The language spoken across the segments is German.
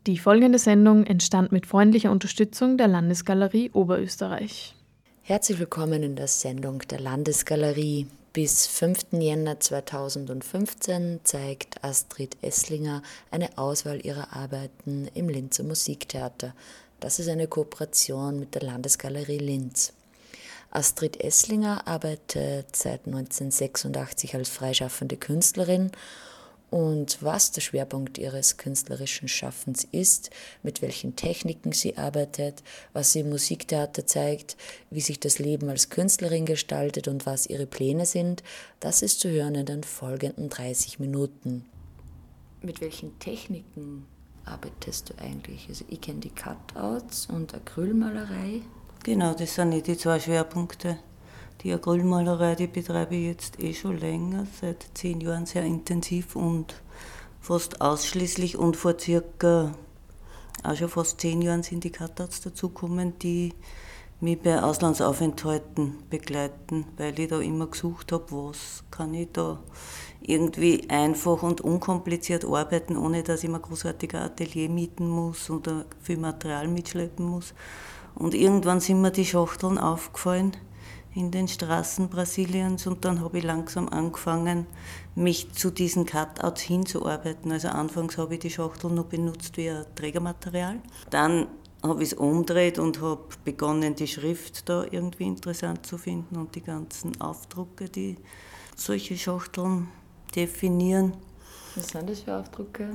Die folgende Sendung entstand mit freundlicher Unterstützung der Landesgalerie Oberösterreich. Herzlich willkommen in der Sendung der Landesgalerie. Bis 5. Jänner 2015 zeigt Astrid Esslinger eine Auswahl ihrer Arbeiten im Linzer Musiktheater. Das ist eine Kooperation mit der Landesgalerie Linz. Astrid Esslinger arbeitet seit 1986 als freischaffende Künstlerin. Und was der Schwerpunkt ihres künstlerischen Schaffens ist, mit welchen Techniken sie arbeitet, was sie im Musiktheater zeigt, wie sich das Leben als Künstlerin gestaltet und was ihre Pläne sind, das ist zu hören in den folgenden 30 Minuten. Mit welchen Techniken arbeitest du eigentlich? Also ich kenne die Cutouts und Acrylmalerei. Genau, das sind die zwei Schwerpunkte. Die Acrylmalerei, die betreibe ich jetzt schon länger, seit 10 Jahren sehr intensiv und fast ausschließlich. Und vor circa auch schon fast 10 Jahren sind die Cutouts dazugekommen, die mich bei Auslandsaufenthalten begleiten, weil ich da immer gesucht habe, was kann ich da irgendwie einfach und unkompliziert arbeiten, ohne dass ich mir großartig ein Atelier mieten muss oder viel Material mitschleppen muss. Und irgendwann sind mir die Schachteln aufgefallen in den Straßen Brasiliens und dann habe ich langsam angefangen, mich zu diesen Cutouts hinzuarbeiten. Also anfangs habe ich die Schachtel nur benutzt wie ein Trägermaterial. Dann habe ich es umgedreht und habe begonnen, die Schrift da irgendwie interessant zu finden und die ganzen Aufdrucke, die solche Schachteln definieren. Was sind das für Aufdrucke?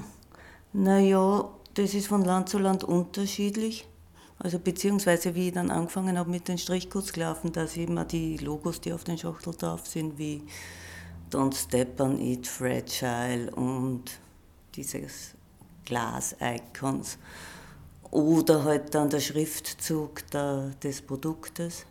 Naja, das ist von Land zu Land unterschiedlich. Also beziehungsweise wie ich dann angefangen habe mit den Strichcodesklaven, dass immer die Logos, die auf den Schachteln drauf sind, wie Don't Step on It, Fragile und dieses Glas-Icons. Oder halt dann der Schriftzug des Produktes.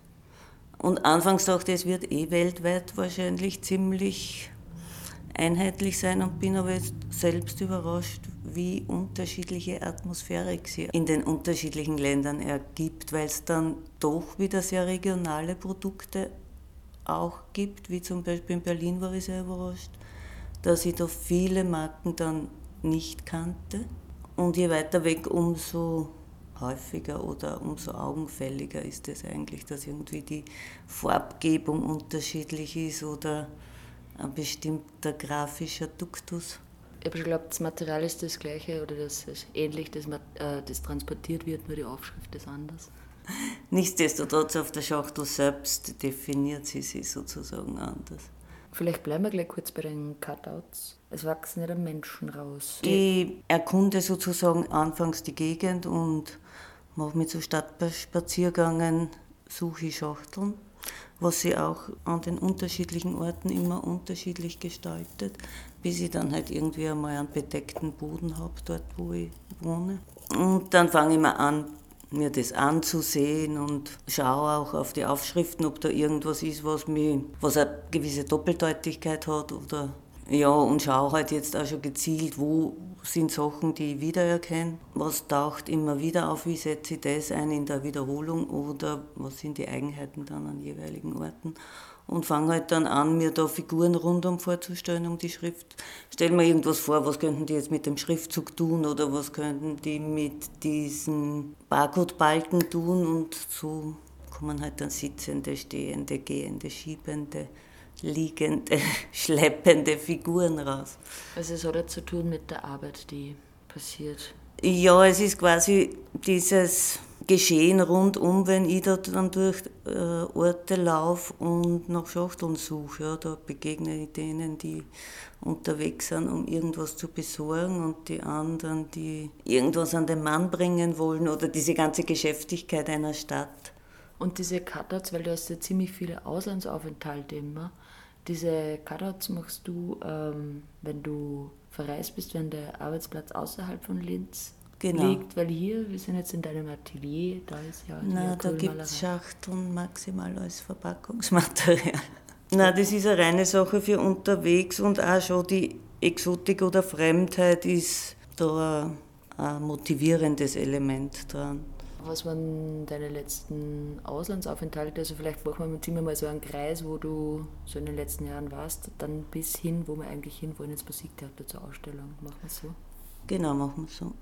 Und anfangs dachte ich, es wird weltweit wahrscheinlich ziemlich einheitlich sein und bin aber jetzt selbst überrascht, wie unterschiedliche Atmosphärik sie in den unterschiedlichen Ländern ergibt, weil es dann doch wieder sehr regionale Produkte auch gibt, wie zum Beispiel in Berlin war ich sehr überrascht, dass ich da viele Marken dann nicht kannte. Und je weiter weg, umso häufiger oder umso augenfälliger ist es eigentlich, dass irgendwie die Farbgebung unterschiedlich ist oder ein bestimmter grafischer Duktus. Ich habe schon geglaubt, das Material ist das gleiche oder das ist ähnlich, das transportiert wird, nur die Aufschrift ist anders. Nichtsdestotrotz auf der Schachtel selbst definiert sie sich sozusagen anders. Vielleicht bleiben wir gleich kurz bei den Cutouts. Es wachsen ja dann Menschen raus. Ich erkunde sozusagen anfangs die Gegend und mache mit so Stadtspaziergängen, suche ich Schachteln, was sie auch an den unterschiedlichen Orten immer unterschiedlich gestaltet, bis ich dann halt irgendwie einmal einen bedeckten Boden habe, dort wo ich wohne. Und dann fange ich mal an, mir das anzusehen und schaue auch auf die Aufschriften, ob da irgendwas ist, was eine gewisse Doppeldeutigkeit hat oder ja, und schaue halt jetzt auch schon gezielt, wo sind Sachen, die ich wiedererkenne, was taucht immer wieder auf, wie setze ich das ein in der Wiederholung oder was sind die Eigenheiten dann an jeweiligen Orten und fange halt dann an, mir da Figuren rundum vorzustellen um die Schrift. Stell mir irgendwas vor, was könnten die jetzt mit dem Schriftzug tun oder was könnten die mit diesen Barcode-Balken tun und so kommen halt dann sitzende, stehende, gehende, schiebende, liegende, schleppende Figuren raus. Also es hat ja zu tun mit der Arbeit, die passiert. Ja, es ist quasi dieses Geschehen rundum, wenn ich da dann durch Orte laufe und nach Schachteln suche. Ja, da begegne ich denen, die unterwegs sind, um irgendwas zu besorgen und die anderen, die irgendwas an den Mann bringen wollen oder diese ganze Geschäftigkeit einer Stadt. Und diese Cutouts, weil du hast ja ziemlich viele Auslandsaufenthalte immer, diese Cutouts machst du, wenn du verreist bist, wenn der Arbeitsplatz außerhalb von Linz liegt, weil hier, wir sind jetzt in deinem Atelier, da ist ja die Acrylmalerei. Da gibt es Schachteln maximal als Verpackungsmaterial. Nein, das ist eine reine Sache für unterwegs und auch schon die Exotik oder Fremdheit ist da ein motivierendes Element dran. Was waren deine letzten Auslandsaufenthalte? Also vielleicht ziehen wir mal so einen Kreis, wo du so in den letzten Jahren warst, dann bis hin, wo wir eigentlich hinwollen, ins Musiktheater zur Ausstellung. Machen wir es so? Genau, machen wir so.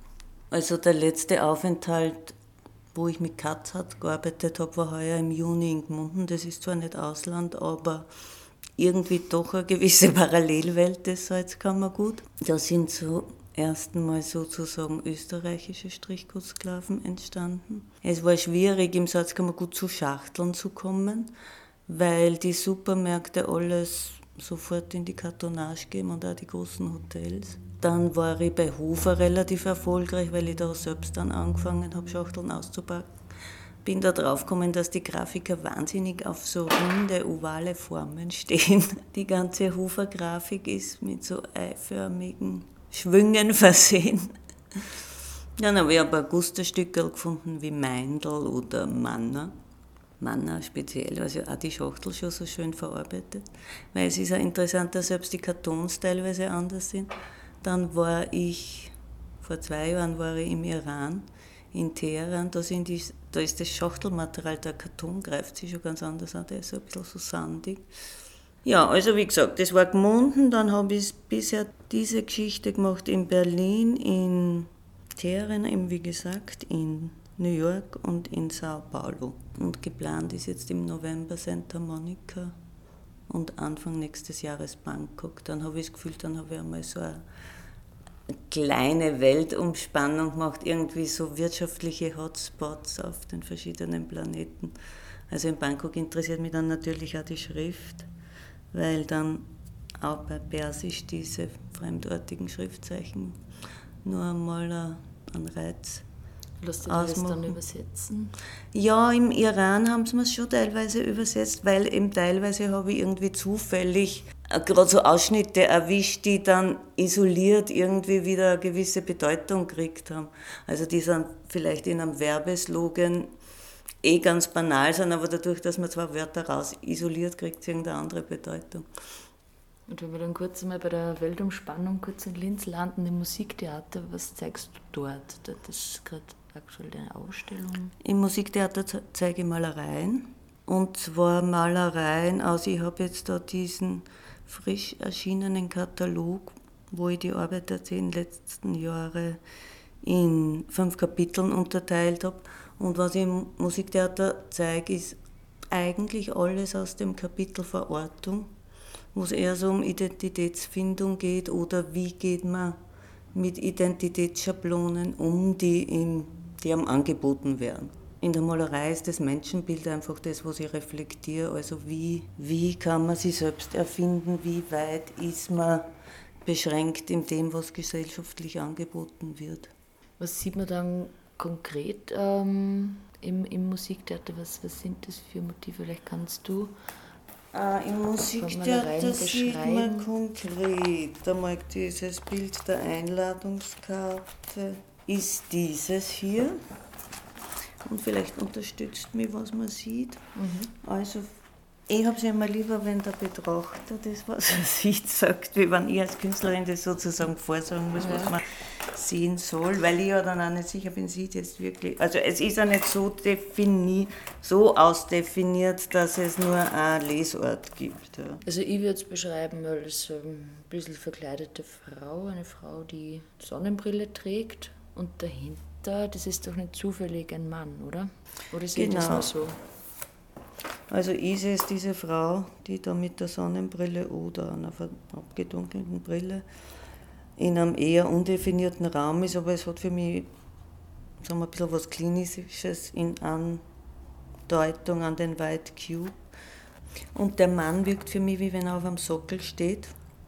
Also der letzte Aufenthalt, wo ich mit Katzhardt gearbeitet habe, war heuer im Juni in Gmunden. Das ist zwar nicht Ausland, aber irgendwie doch eine gewisse Parallelwelt des Salzkammergut. Da sind zum ersten Mal sozusagen österreichische Strichgutsklaven entstanden. Es war schwierig, im Salzkammergut zu Schachteln zu kommen, weil die Supermärkte alles sofort in die Kartonage geben und auch die großen Hotels. Dann war ich bei Hofer relativ erfolgreich, weil ich da selbst dann angefangen habe, Schachteln auszupacken. Bin da drauf gekommen, dass die Grafiker wahnsinnig auf so runde, ovale Formen stehen. Die ganze Hofer-Grafik ist mit so eiförmigen Schwüngen versehen. Dann habe ich ein paar Gusterstücke gefunden, wie Meindl oder Manner. Manner speziell, also auch die Schachtel schon so schön verarbeitet. Weil es ist auch interessant, dass selbst die Kartons teilweise anders sind. Dann war ich, vor 2 Jahren war ich im Iran, in Teheran, da ist das Schachtelmaterial, der Karton greift sich schon ganz anders an, der ist ein bisschen so sandig. Ja, also wie gesagt, das war Gmunden, dann habe ich bisher diese Geschichte gemacht in Berlin, in Teheran, eben wie gesagt, in New York und in Sao Paulo. Und geplant ist jetzt im November Santa Monica und Anfang nächstes Jahres Bangkok. Dann habe ich das Gefühl, dann habe ich einmal so eine kleine Weltumspannung gemacht, irgendwie so wirtschaftliche Hotspots auf den verschiedenen Planeten. Also in Bangkok interessiert mich dann natürlich auch die Schrift, weil dann auch bei Persisch diese fremdartigen Schriftzeichen nur einmal einen Reiz Lässt du das dann übersetzen? Ja, im Iran haben sie mir schon teilweise übersetzt, weil eben teilweise habe ich irgendwie zufällig gerade so Ausschnitte erwischt, die dann isoliert irgendwie wieder eine gewisse Bedeutung gekriegt haben. Also die sind vielleicht in einem Werbeslogan ganz banal sind, aber dadurch, dass man 2 Wörter raus isoliert, kriegt es irgendeine andere Bedeutung. Und wenn wir dann kurz einmal bei der Weltumspannung kurz in Linz landen, im Musiktheater, was zeigst du dort? Das ist gerade aktuell deine Ausstellung. Im Musiktheater zeige ich Malereien. Und zwar Malereien, also ich habe jetzt da diesen frisch erschienenen Katalog, wo ich die Arbeit der 10 letzten Jahre in 5 Kapiteln unterteilt habe. Und was ich im Musiktheater zeige, ist eigentlich alles aus dem Kapitel Verortung, wo es eher so um Identitätsfindung geht oder wie geht man mit Identitätsschablonen um, die einem angeboten werden. In der Malerei ist das Menschenbild einfach das, was ich reflektiere. Also wie kann man sich selbst erfinden, wie weit ist man beschränkt in dem, was gesellschaftlich angeboten wird. Was sieht man dann konkret im Musiktheater? Was sind das für Motive? Vielleicht kannst du im Musiktheater sieht man konkret einmal dieses Bild der Einladungskarte. Ist dieses hier. Und vielleicht unterstützt mich, was man sieht. Also, ich habe es immer lieber, wenn der Betrachter das, was er sieht, sagt, wie wenn ich als Künstlerin das sozusagen vorsagen muss, was man sehen soll, weil ich ja dann auch nicht sicher bin, sieht jetzt wirklich. Also, es ist ja nicht so ausdefiniert, dass es nur einen Lesort gibt. Ja. Also, ich würde es beschreiben als ein bisschen verkleidete Frau, eine Frau, die Sonnenbrille trägt und dahinter, das ist doch nicht zufällig ein Mann, oder? Oder sehe ich das nur so? Also ich sehe es diese Frau, die da mit der Sonnenbrille oder einer abgedunkelten Brille in einem eher undefinierten Raum ist, aber es hat für mich, sagen wir, ein bisschen was Klinisches in Andeutung an den White Cube. Und der Mann wirkt für mich, wie wenn er auf einem Sockel steht.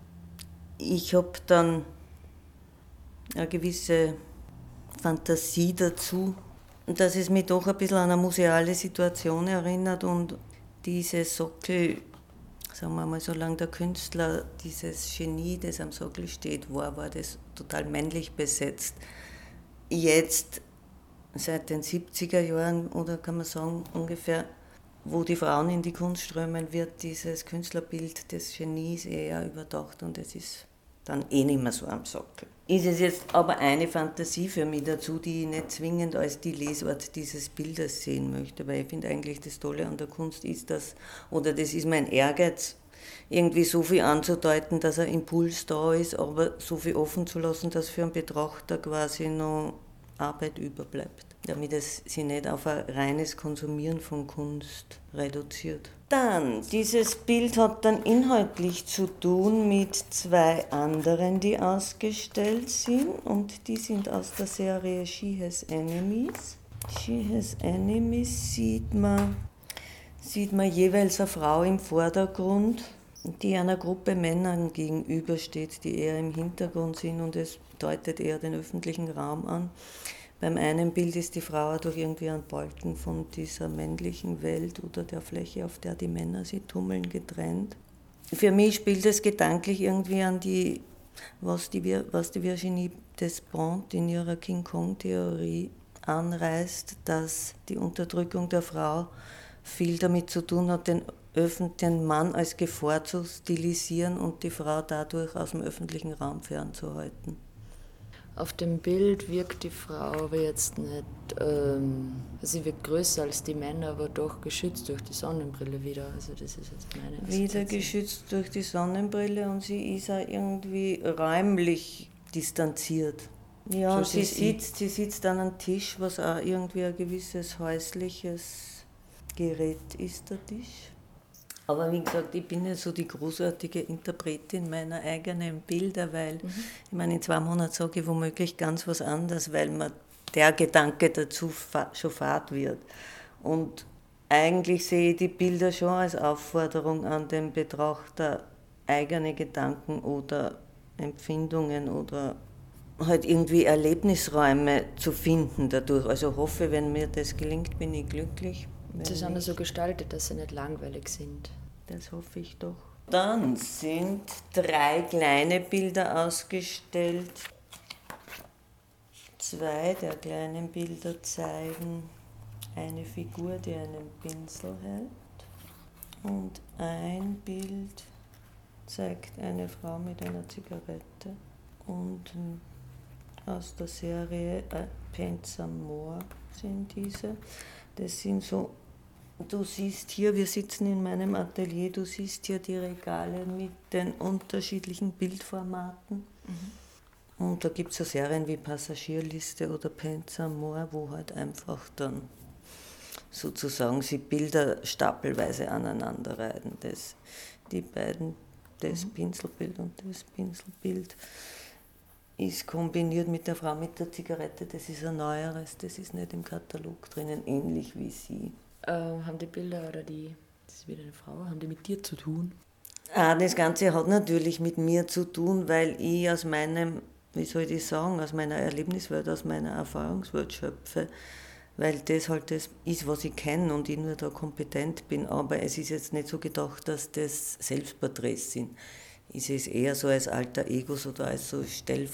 Ich habe dann eine gewisse Fantasie dazu, dass es mich doch ein bisschen an eine museale Situation erinnert und diese Sockel, sagen wir mal, solange der Künstler dieses Genie, das am Sockel steht, war das total männlich besetzt. Jetzt, seit den 70er Jahren, oder kann man sagen ungefähr, wo die Frauen in die Kunst strömen, wird dieses Künstlerbild des Genies eher überdacht und es ist dann nicht mehr so am Sockel. Ist es jetzt aber eine Fantasie für mich dazu, die ich nicht zwingend als die Lesart dieses Bildes sehen möchte, weil ich finde eigentlich das Tolle an der Kunst ist, das ist mein Ehrgeiz, irgendwie so viel anzudeuten, dass ein Impuls da ist, aber so viel offen zu lassen, dass für einen Betrachter quasi noch Arbeit überbleibt, damit es sich nicht auf ein reines Konsumieren von Kunst reduziert. Dann, dieses Bild hat dann inhaltlich zu tun mit 2 anderen, die ausgestellt sind, und die sind aus der Serie She Has Enemies. She Has Enemies sieht man jeweils eine Frau im Vordergrund, die einer Gruppe Männern gegenübersteht, die eher im Hintergrund sind, und es deutet eher den öffentlichen Raum an. Beim einen Bild ist die Frau durch irgendwie einen Balken von dieser männlichen Welt oder der Fläche, auf der die Männer sich tummeln, getrennt. Für mich spielt es gedanklich irgendwie an was die Virginie Despentes in ihrer King Kong-Theorie anreißt, dass die Unterdrückung der Frau viel damit zu tun hat, den Mann als Gefahr zu stilisieren und die Frau dadurch aus dem öffentlichen Raum fernzuhalten. Auf dem Bild wirkt die Frau aber jetzt nicht, sie wirkt größer als die Männer, aber doch geschützt durch die Sonnenbrille wieder. Also das ist jetzt meine Assoziation. Wieder geschützt durch die Sonnenbrille, und sie ist auch irgendwie räumlich distanziert. Ja, und sie sitzt an einem Tisch, was auch irgendwie ein gewisses häusliches Gerät ist, der Tisch. Aber wie gesagt, ich bin ja so die großartige Interpretin meiner eigenen Bilder, weil ich meine, in 2 Monaten sage ich womöglich ganz was anderes, weil mir der Gedanke dazu schon fad wird. Und eigentlich sehe ich die Bilder schon als Aufforderung an den Betrachter, eigene Gedanken oder Empfindungen oder halt irgendwie Erlebnisräume zu finden dadurch. Also hoffe, wenn mir das gelingt, bin ich glücklich. Sie sind ja so gestaltet, dass sie nicht langweilig sind. Das hoffe ich doch. Dann sind 3 kleine Bilder ausgestellt. 2 der kleinen Bilder zeigen eine Figur, die einen Pinsel hält. Und ein Bild zeigt eine Frau mit einer Zigarette. Und aus der Serie Paints Some More sind diese. Das sind so, du siehst hier, wir sitzen in meinem Atelier, du siehst hier die Regale mit den unterschiedlichen Bildformaten. Und da gibt es so Serien wie Passagierliste oder Paints Some More, wo halt einfach dann sozusagen sie Bilder stapelweise aneinanderreihen. Die beiden, das Pinselbild und das Pinselbild, ist kombiniert mit der Frau mit der Zigarette. Das ist ein neueres, das ist nicht im Katalog drinnen, ähnlich wie sie. Haben die Bilder oder das ist wieder eine Frau, haben die mit dir zu tun? Das Ganze hat natürlich mit mir zu tun, weil ich aus meinem, aus meiner Erlebniswelt, aus meiner Erfahrungswelt schöpfe, weil das halt das ist, was ich kenne und ich nur da kompetent bin. Aber es ist jetzt nicht so gedacht, dass das Selbstporträts sind. Ich sehe es eher so als alter Egos oder als so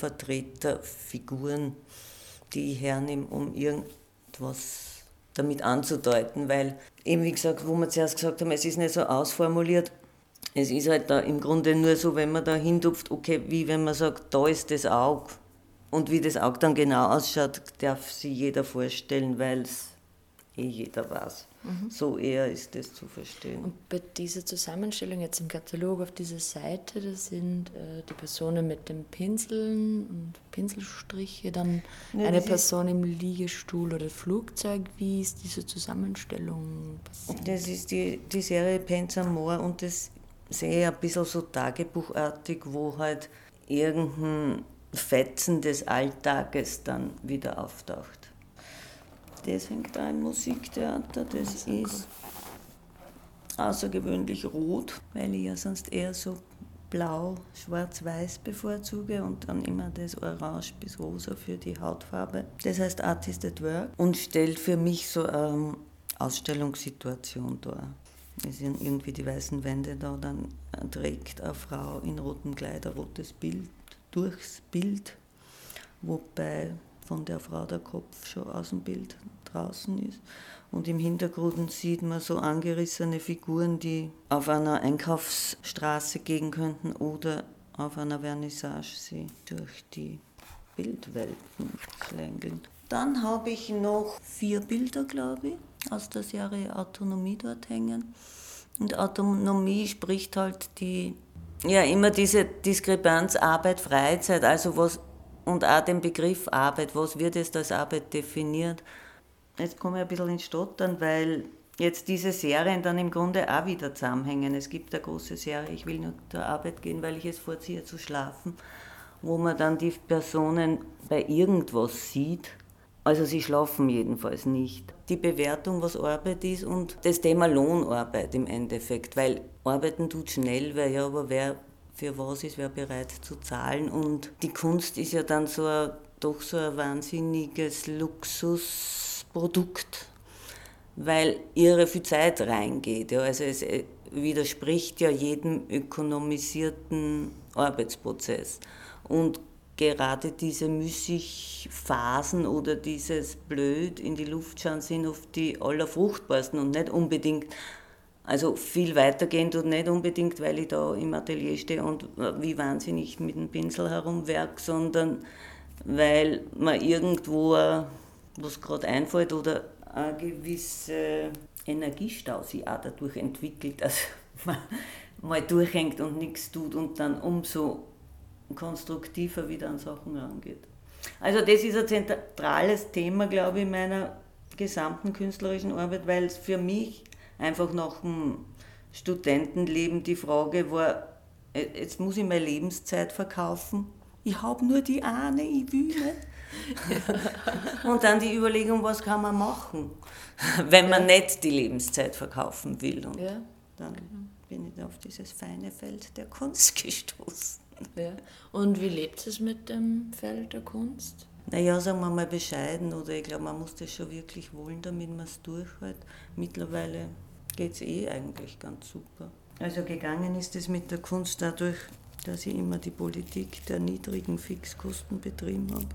Stellvertreterfiguren, die ich hernehme, um irgendwas damit anzudeuten, weil eben wie gesagt, wo wir zuerst gesagt haben, es ist nicht so ausformuliert, es ist halt da im Grunde nur so, wenn man da hintupft, okay, wie wenn man sagt, da ist das Auge und wie das Auge dann genau ausschaut, darf sich jeder vorstellen, weil es jeder weiß. So eher ist das zu verstehen. Und bei dieser Zusammenstellung jetzt im Katalog auf dieser Seite, das sind die Personen mit den Pinseln und Pinselstriche, dann eine Person im Liegestuhl oder Flugzeug. Wie ist diese Zusammenstellung passiert? Das ist die Serie Paints Some More und das sehe ich ein bisschen so tagebuchartig, wo halt irgendein Fetzen des Alltages dann wieder auftaucht. Das hängt da im Musiktheater, das ist außergewöhnlich rot, weil ich ja sonst eher so blau, schwarz-weiß bevorzuge und dann immer das Orange bis Rosa für die Hautfarbe. Das heißt Artist at Work und stellt für mich so eine Ausstellungssituation dar. Es sind irgendwie die weißen Wände da, dann trägt eine Frau in rotem Kleid ein rotes Bild durchs Bild, wobei von der Frau der Kopf schon aus dem Bild draußen ist. Und im Hintergrund sieht man so angerissene Figuren, die auf einer Einkaufsstraße gehen könnten oder auf einer Vernissage sie durch die Bildwelten schlängeln. Dann habe ich noch 4 Bilder, glaube ich, aus der Serie Autonomie dort hängen. Und Autonomie spricht halt immer diese Diskrepanz Arbeit, Freizeit, also was und auch den Begriff Arbeit, was wird jetzt als Arbeit definiert. Jetzt komme ich ein bisschen ins Stottern, weil jetzt diese Serien dann im Grunde auch wieder zusammenhängen. Es gibt eine große Serie, ich will nur zur Arbeit gehen, weil ich es vorziehe zu schlafen, wo man dann die Personen bei irgendwas sieht. Also sie schlafen jedenfalls nicht. Die Bewertung, was Arbeit ist und das Thema Lohnarbeit im Endeffekt, weil arbeiten tut schnell, weil ja, aber wer für was ist, wer bereit zu zahlen. Und die Kunst ist ja dann doch so ein wahnsinniges Luxusprodukt, weil ihre viel Zeit reingeht. Ja. Also es widerspricht ja jedem ökonomisierten Arbeitsprozess. Und gerade diese Müßigphasen oder dieses Blöd in die Luft schauen sind oft die allerfruchtbarsten und nicht unbedingt, also viel weitergehend und nicht unbedingt, weil ich da im Atelier stehe und wie wahnsinnig mit dem Pinsel herumwerke, sondern weil man irgendwo, was gerade einfällt oder eine gewisse Energiestau sich auch dadurch entwickelt, dass man mal durchhängt und nichts tut und dann umso konstruktiver wieder an Sachen rangeht. Also das ist ein zentrales Thema, glaube ich, meiner gesamten künstlerischen Arbeit, weil es für mich einfach nach dem Studentenleben die Frage war, jetzt muss ich meine Lebenszeit verkaufen. Ich habe nur die eine, ich will nicht. Und dann die Überlegung, was kann man machen, wenn man nicht die Lebenszeit verkaufen will. Und dann bin ich auf dieses feine Feld der Kunst gestoßen. Ja. Und wie lebt es mit dem Feld der Kunst? Naja, sagen wir mal bescheiden, oder ich glaube, man muss das schon wirklich wollen, damit man es durchhält. Mittlerweile geht es eigentlich ganz super. Also gegangen ist es mit der Kunst dadurch, dass ich immer die Politik der niedrigen Fixkosten betrieben habe.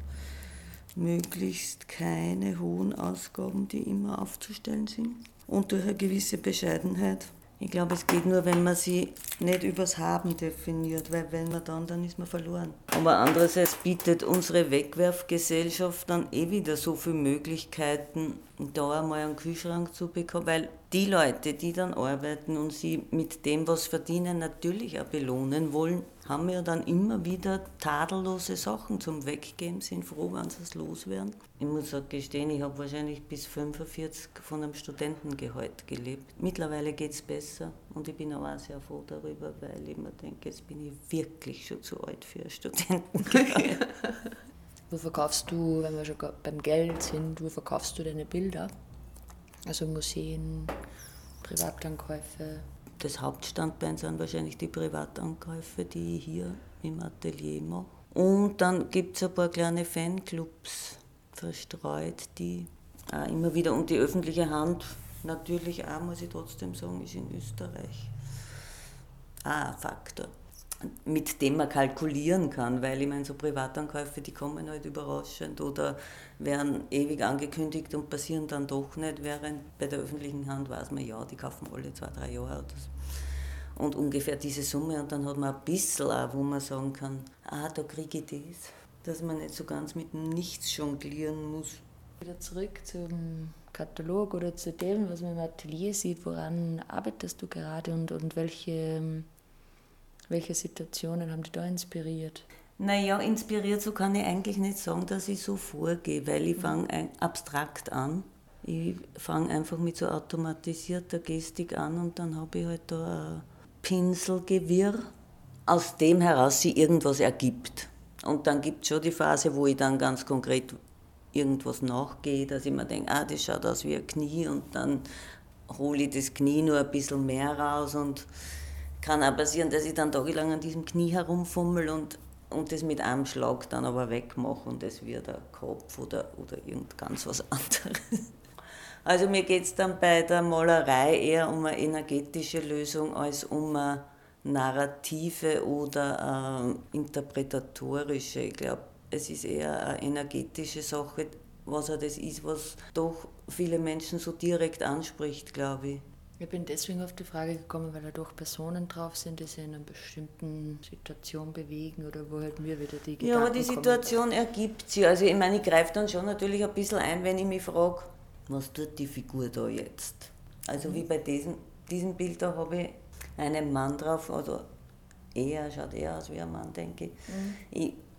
Möglichst keine hohen Ausgaben, die immer aufzustellen sind. Und durch eine gewisse Bescheidenheit. Ich glaube, es geht nur, wenn man sie nicht übers Haben definiert, weil wenn man dann ist man verloren. Aber andererseits bietet unsere Wegwerfgesellschaft dann wieder so viele Möglichkeiten, da einmal einen Kühlschrank zu bekommen, weil die Leute, die dann arbeiten und sie mit dem, was verdienen, natürlich auch belohnen wollen, haben ja dann immer wieder tadellose Sachen zum Weggeben, sind froh, wenn sie es loswerden. Ich muss auch gestehen, ich habe wahrscheinlich bis 45 von einem Studentengehalt gelebt. Mittlerweile geht es besser und ich bin auch sehr froh darüber, weil ich mir denke, jetzt bin ich wirklich schon zu alt für ein Studentengehalt. Wo verkaufst du, wenn wir schon beim Geld sind, wo verkaufst du deine Bilder? Also Museen, Privatankäufe? Das Hauptstandbein sind wahrscheinlich die Privatankäufe, die ich hier im Atelier mache. Und dann gibt es ein paar kleine Fanclubs verstreut, die auch immer wieder, und die öffentliche Hand natürlich auch, muss ich trotzdem sagen, ist in Österreich auch ein Faktor, mit dem man kalkulieren kann, weil ich meine, so Privatankäufe, die kommen halt überraschend oder werden ewig angekündigt und passieren dann doch nicht, während bei der öffentlichen Hand weiß man, ja, die kaufen alle 2-3 Jahre Autos. Und ungefähr diese Summe, und dann hat man ein bisschen auch, wo man sagen kann, da kriege ich das, dass man nicht so ganz mit dem Nichts jonglieren muss. Wieder zurück zum Katalog oder zu dem, was man im Atelier sieht, woran arbeitest du gerade und welche Situationen haben dich da inspiriert? Naja, inspiriert, so kann ich eigentlich nicht sagen, dass ich so vorgehe, weil ich fange abstrakt an. Ich fange einfach mit so automatisierter Gestik an und dann habe ich halt da ein Pinselgewirr, aus dem heraus sich irgendwas ergibt. Und dann gibt es schon die Phase, wo ich dann ganz konkret irgendwas nachgehe, dass ich mir denke, das schaut aus wie ein Knie und dann hole ich das Knie nur ein bisschen mehr raus und kann auch passieren, dass ich dann tagelang an diesem Knie herumfummel und das mit einem Schlag dann aber wegmache und es wird ein Kopf oder irgend ganz was anderes. Also mir geht es dann bei der Malerei eher um eine energetische Lösung als um eine narrative oder interpretatorische. Ich glaube, es ist eher eine energetische Sache, was auch das ist, was doch viele Menschen so direkt anspricht, glaube ich. Ich bin deswegen auf die Frage gekommen, weil da doch Personen drauf sind, die sich in einer bestimmten Situation bewegen oder wo halt mir wieder die Gedanken Ja, aber die Situation ergibt sich. Also ich meine, ich greife dann schon natürlich ein bisschen ein, wenn ich mich frage, was tut die Figur da jetzt? Also wie bei diesem Bild, da habe ich einen Mann drauf, oder schaut eher aus wie ein Mann, denke ich. Ich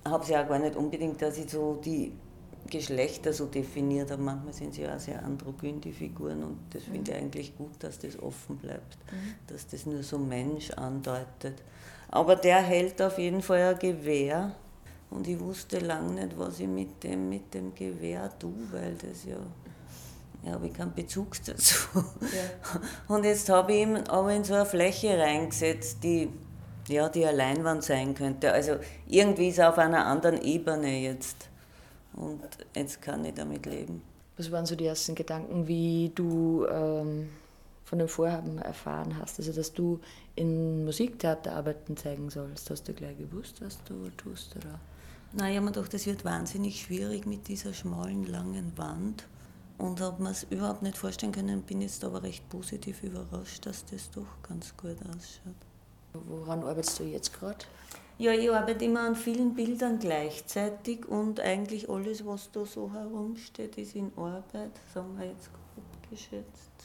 habe es ja auch gar nicht unbedingt, dass ich so die Geschlechter so definiert habe. Manchmal sind sie ja auch sehr androgyn, die Figuren, und das finde ich eigentlich gut, dass das offen bleibt, dass das nur so Mensch andeutet. Aber der hält auf jeden Fall ein Gewehr, und ich wusste lange nicht, was ich mit dem Gewehr tue, weil das ja, habe ich keinen Bezug dazu. Ja. Und jetzt habe ich ihn aber in so eine Fläche reingesetzt, die eine Leinwand sein könnte. Also irgendwie ist er auf einer anderen Ebene jetzt. Und jetzt kann ich damit leben. Was waren so die ersten Gedanken, wie du von dem Vorhaben erfahren hast? Also, dass du in Musiktheaterarbeiten zeigen sollst. Hast du gleich gewusst, was du tust? Oder? Nein, ich habe mir gedacht, das wird wahnsinnig schwierig mit dieser schmalen, langen Wand. Und habe mir es überhaupt nicht vorstellen können, bin jetzt aber recht positiv überrascht, dass das doch ganz gut ausschaut. Woran arbeitest du jetzt gerade? Ja, ich arbeite immer an vielen Bildern gleichzeitig, und eigentlich alles, was da so herumsteht, ist in Arbeit. Sagen wir jetzt grob geschätzt.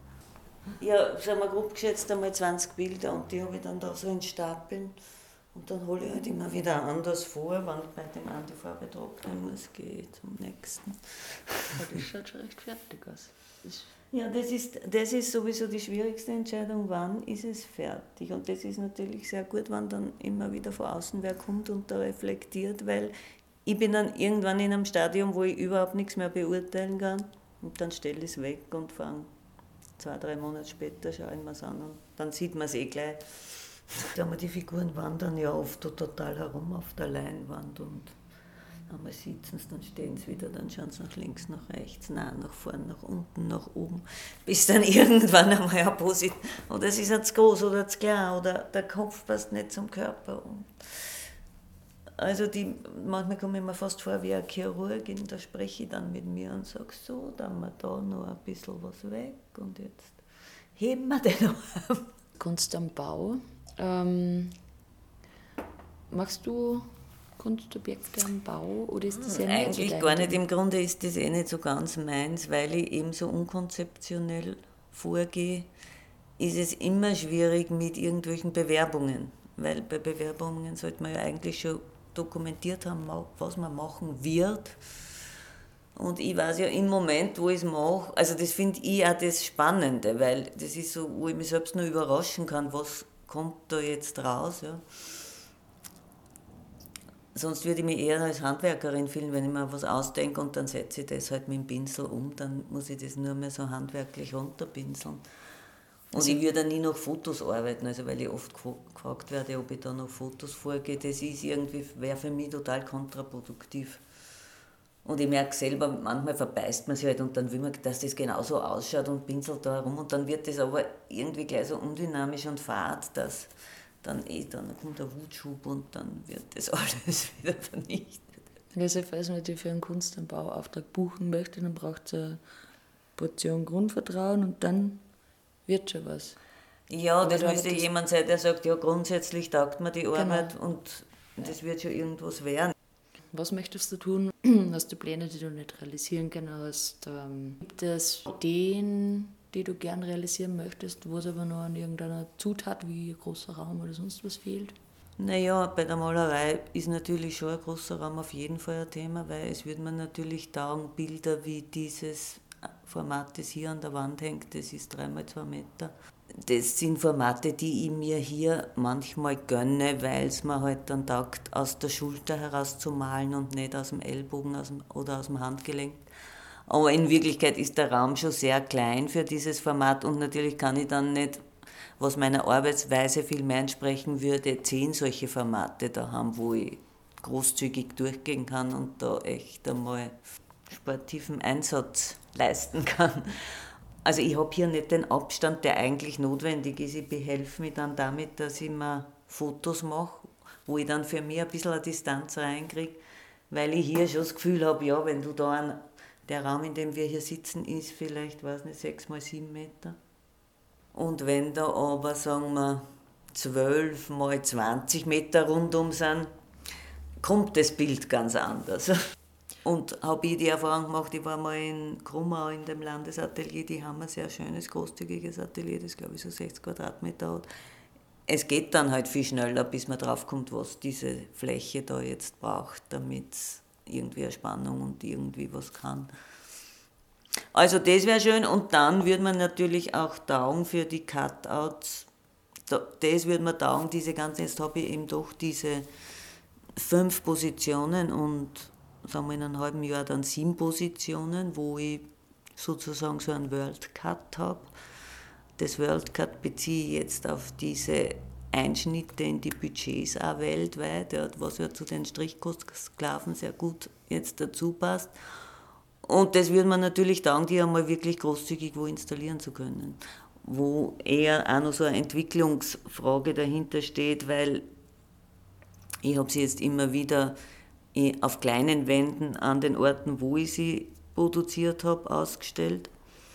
Sagen wir grob geschätzt einmal 20 Bilder, und die habe ich dann da so in Stapeln. Und dann hole ich halt immer wieder anders vor, wenn bei dem einen die Farbe trocknen muss, gehe ich zum nächsten. Das schaut schon recht fertig aus. Ja, das ist sowieso die schwierigste Entscheidung, wann ist es fertig. Und das ist natürlich sehr gut, wenn dann immer wieder von außen wer kommt und da reflektiert, weil ich bin dann irgendwann in einem Stadium, wo ich überhaupt nichts mehr beurteilen kann, und dann stelle ich es weg und fange 2-3 Monate später, schaue ich mir es an, und dann sieht man es eh gleich. Die Figuren wandern ja oft total herum auf der Leinwand, und einmal sitzen sie, dann stehen sie wieder, dann schauen sie nach links, nach rechts, nein, nach vorn, nach unten, nach oben, bis dann irgendwann einmal ein Posit, oder es ist ja zu groß oder zu klein, oder der Kopf passt nicht zum Körper. Also manchmal komme ich mir fast vor wie eine Chirurgin, da spreche ich dann mit mir und sage so, dann haben wir da noch ein bisschen was weg, und jetzt heben wir den Arm. Kunst am Bau. Machst du Kunstobjekte am Bau, oder ist das eigentlich gar nicht. Im Grunde ist das nicht so ganz meins, weil ich eben so unkonzeptionell vorgehe. Ist es immer schwierig mit irgendwelchen Bewerbungen, weil bei Bewerbungen sollte man ja eigentlich schon dokumentiert haben, was man machen wird. Und ich weiß ja im Moment, wo ich es mache, also das finde ich auch das Spannende, weil das ist so, wo ich mich selbst nur überraschen kann, was kommt da jetzt raus. Ja. Sonst würde ich mich eher als Handwerkerin fühlen, wenn ich mir was ausdenke und dann setze ich das halt mit dem Pinsel um, dann muss ich das nur mehr so handwerklich runterpinseln. Und ich würde nie noch Fotos arbeiten, also weil ich oft gefragt werde, ob ich da noch Fotos vorgehe, das wäre für mich total kontraproduktiv. Und ich merke selber, manchmal verbeißt man sich halt, und dann will man, dass das genauso ausschaut, und pinselt da herum, und dann wird das aber irgendwie gleich so undynamisch und fad, dass dann kommt der Wutschub, und dann wird das alles wieder vernichtet. Also falls man die für einen Kunst am Bauauftrag buchen möchte, dann braucht es eine Portion Grundvertrauen, und dann wird schon was. Ja, das müsste jemand sein, der sagt, ja, grundsätzlich taugt mir die Arbeit, genau. Und das wird schon irgendwas werden. Was möchtest du tun? Hast du Pläne, die du nicht realisieren kannst? Gibt es Ideen, die du gern realisieren möchtest, wo es aber nur an irgendeiner Zutat wie ein großer Raum oder sonst was fehlt? Naja, bei der Malerei ist natürlich schon ein großer Raum auf jeden Fall ein Thema, weil es würde mir natürlich taugen, Bilder wie dieses Format, das hier an der Wand hängt, das ist 3x2 Meter. Das sind Formate, die ich mir hier manchmal gönne, weil es mir halt dann taugt, aus der Schulter heraus zu malen und nicht aus dem Ellbogen oder aus dem Handgelenk. Aber in Wirklichkeit ist der Raum schon sehr klein für dieses Format, und natürlich kann ich dann nicht, was meiner Arbeitsweise viel mehr entsprechen würde, 10 solche Formate da haben, wo ich großzügig durchgehen kann und da echt einmal sportiven Einsatz leisten kann. Also ich habe hier nicht den Abstand, der eigentlich notwendig ist. Ich behelfe mir dann damit, dass ich mir Fotos mache, wo ich dann für mich ein bisschen eine Distanz reinkriege, weil ich hier schon das Gefühl habe, ja, wenn du da der Raum, in dem wir hier sitzen, ist vielleicht, weiß nicht, 6x7 Meter. Und wenn da aber, sagen wir, 12x20 Meter rundum sind, kommt das Bild ganz anders. Und habe ich die Erfahrung gemacht, ich war mal in Krummau in dem Landesatelier, die haben ein sehr schönes, großzügiges Atelier, das glaube ich so 60 Quadratmeter hat. es geht dann halt viel schneller, bis man draufkommt, was diese Fläche da jetzt braucht, damit es irgendwie eine Spannung und irgendwie was kann. Also das wäre schön, und dann würde man natürlich auch taugen für die Cutouts. Das würde man taugen, diese ganzen, jetzt habe ich eben doch diese 5 Positionen und sagen wir in einem halben Jahr dann 7 Positionen, wo ich sozusagen so einen World Cut habe. Das World Cut beziehe ich jetzt auf diese Einschnitte in die Budgets auch weltweit, was ja zu den Strichkostsklaven sehr gut jetzt dazu passt. Und das würde man natürlich taugen, die einmal wirklich großzügig wo installieren zu können. Wo eher auch noch so eine Entwicklungsfrage dahinter steht, weil ich habe sie jetzt immer wieder auf kleinen Wänden an den Orten, wo ich sie produziert habe, ausgestellt.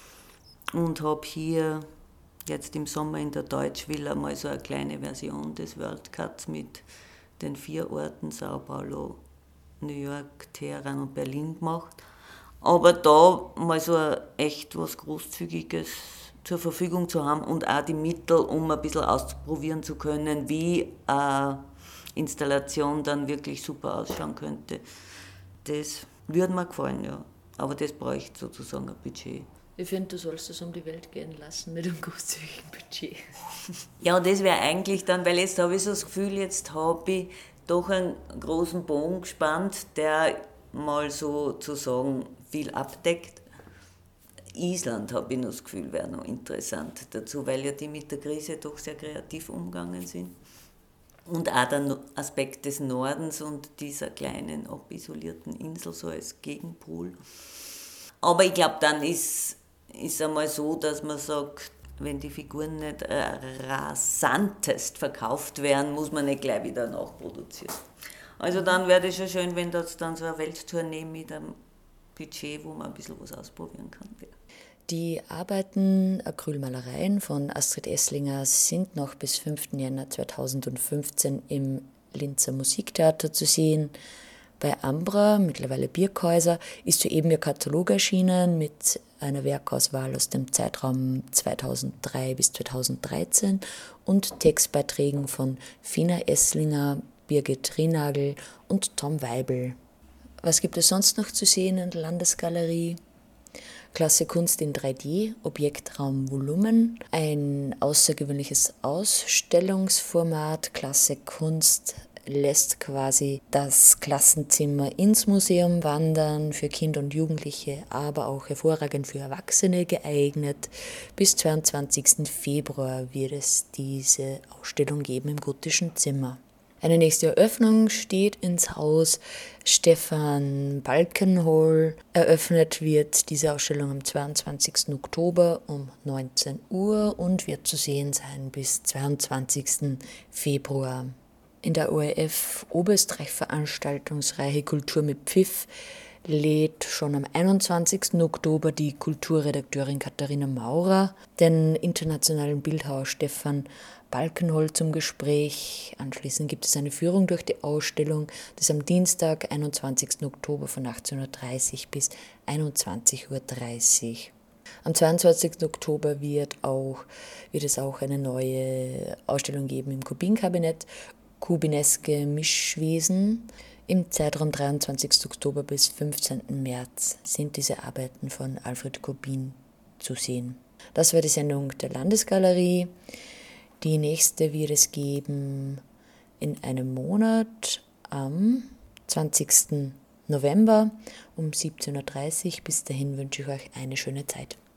Und habe hier jetzt im Sommer in der Deutschvilla mal so eine kleine Version des World Cuts mit den 4 Orten, Sao Paulo, New York, Teheran und Berlin gemacht. Aber da mal so echt was Großzügiges zur Verfügung zu haben und auch die Mittel, um ein bisschen ausprobieren zu können, wie eine Installation dann wirklich super ausschauen könnte. Das würde mir gefallen, ja. Aber das bräuchte sozusagen ein Budget. Ich finde, du sollst es um die Welt gehen lassen mit einem großzügigen Budget. Ja, das wäre eigentlich dann, weil jetzt habe ich so das Gefühl, jetzt habe ich doch einen großen Bogen gespannt, der mal sozusagen viel abdeckt. Island, habe ich noch das Gefühl, wäre noch interessant dazu, weil ja die mit der Krise doch sehr kreativ umgegangen sind. Und auch der Aspekt des Nordens und dieser kleinen, abisolierten Insel so als Gegenpol. Aber ich glaube, dann ist einmal so, dass man sagt, wenn die Figuren nicht rasantest verkauft werden, muss man nicht gleich wieder nachproduzieren. Also dann wäre das schon schön, wenn das dann so eine Welttournee mit einem Budget, wo man ein bisschen was ausprobieren kann. Die Arbeiten, Acrylmalereien von Astrid Esslinger sind noch bis 5. Jänner 2015 im Linzer Musiktheater zu sehen. Bei Ambra, mittlerweile Birkhäuser, ist soeben ihr Katalog erschienen mit einer Werkauswahl aus dem Zeitraum 2003 bis 2013 und Textbeiträgen von Fina Esslinger, Birgit Rienagel und Tom Weibel. Was gibt es sonst noch zu sehen in der Landesgalerie? Klasse Kunst in 3D, Objektraum Volumen, ein außergewöhnliches Ausstellungsformat. Klasse Kunst lässt quasi das Klassenzimmer ins Museum wandern, für Kinder und Jugendliche, aber auch hervorragend für Erwachsene geeignet. Bis 22. Februar wird es diese Ausstellung geben im Gotischen Zimmer. Eine nächste Eröffnung steht ins Haus. Stefan Balkenhol. Eröffnet wird diese Ausstellung am 22. Oktober um 19 Uhr und wird zu sehen sein bis 22. Februar. In der ORF Oberösterreich-Veranstaltungsreihe Kultur mit Pfiff lädt schon am 21. Oktober die Kulturredakteurin Katharina Maurer den internationalen Bildhauer Stefan Balkenhol zum Gespräch. Anschließend gibt es eine Führung durch die Ausstellung, das am Dienstag, 21. Oktober von 18.30 Uhr bis 21.30 Uhr. Am 22. Oktober wird es auch eine neue Ausstellung geben im Kubin-Kabinett, Kubineske Mischwesen. Im Zeitraum 23. Oktober bis 15. März sind diese Arbeiten von Alfred Kubin zu sehen. Das war die Sendung der Landesgalerie. Die nächste wird es geben in einem Monat am 20. November um 17.30 Uhr. Bis dahin wünsche ich euch eine schöne Zeit.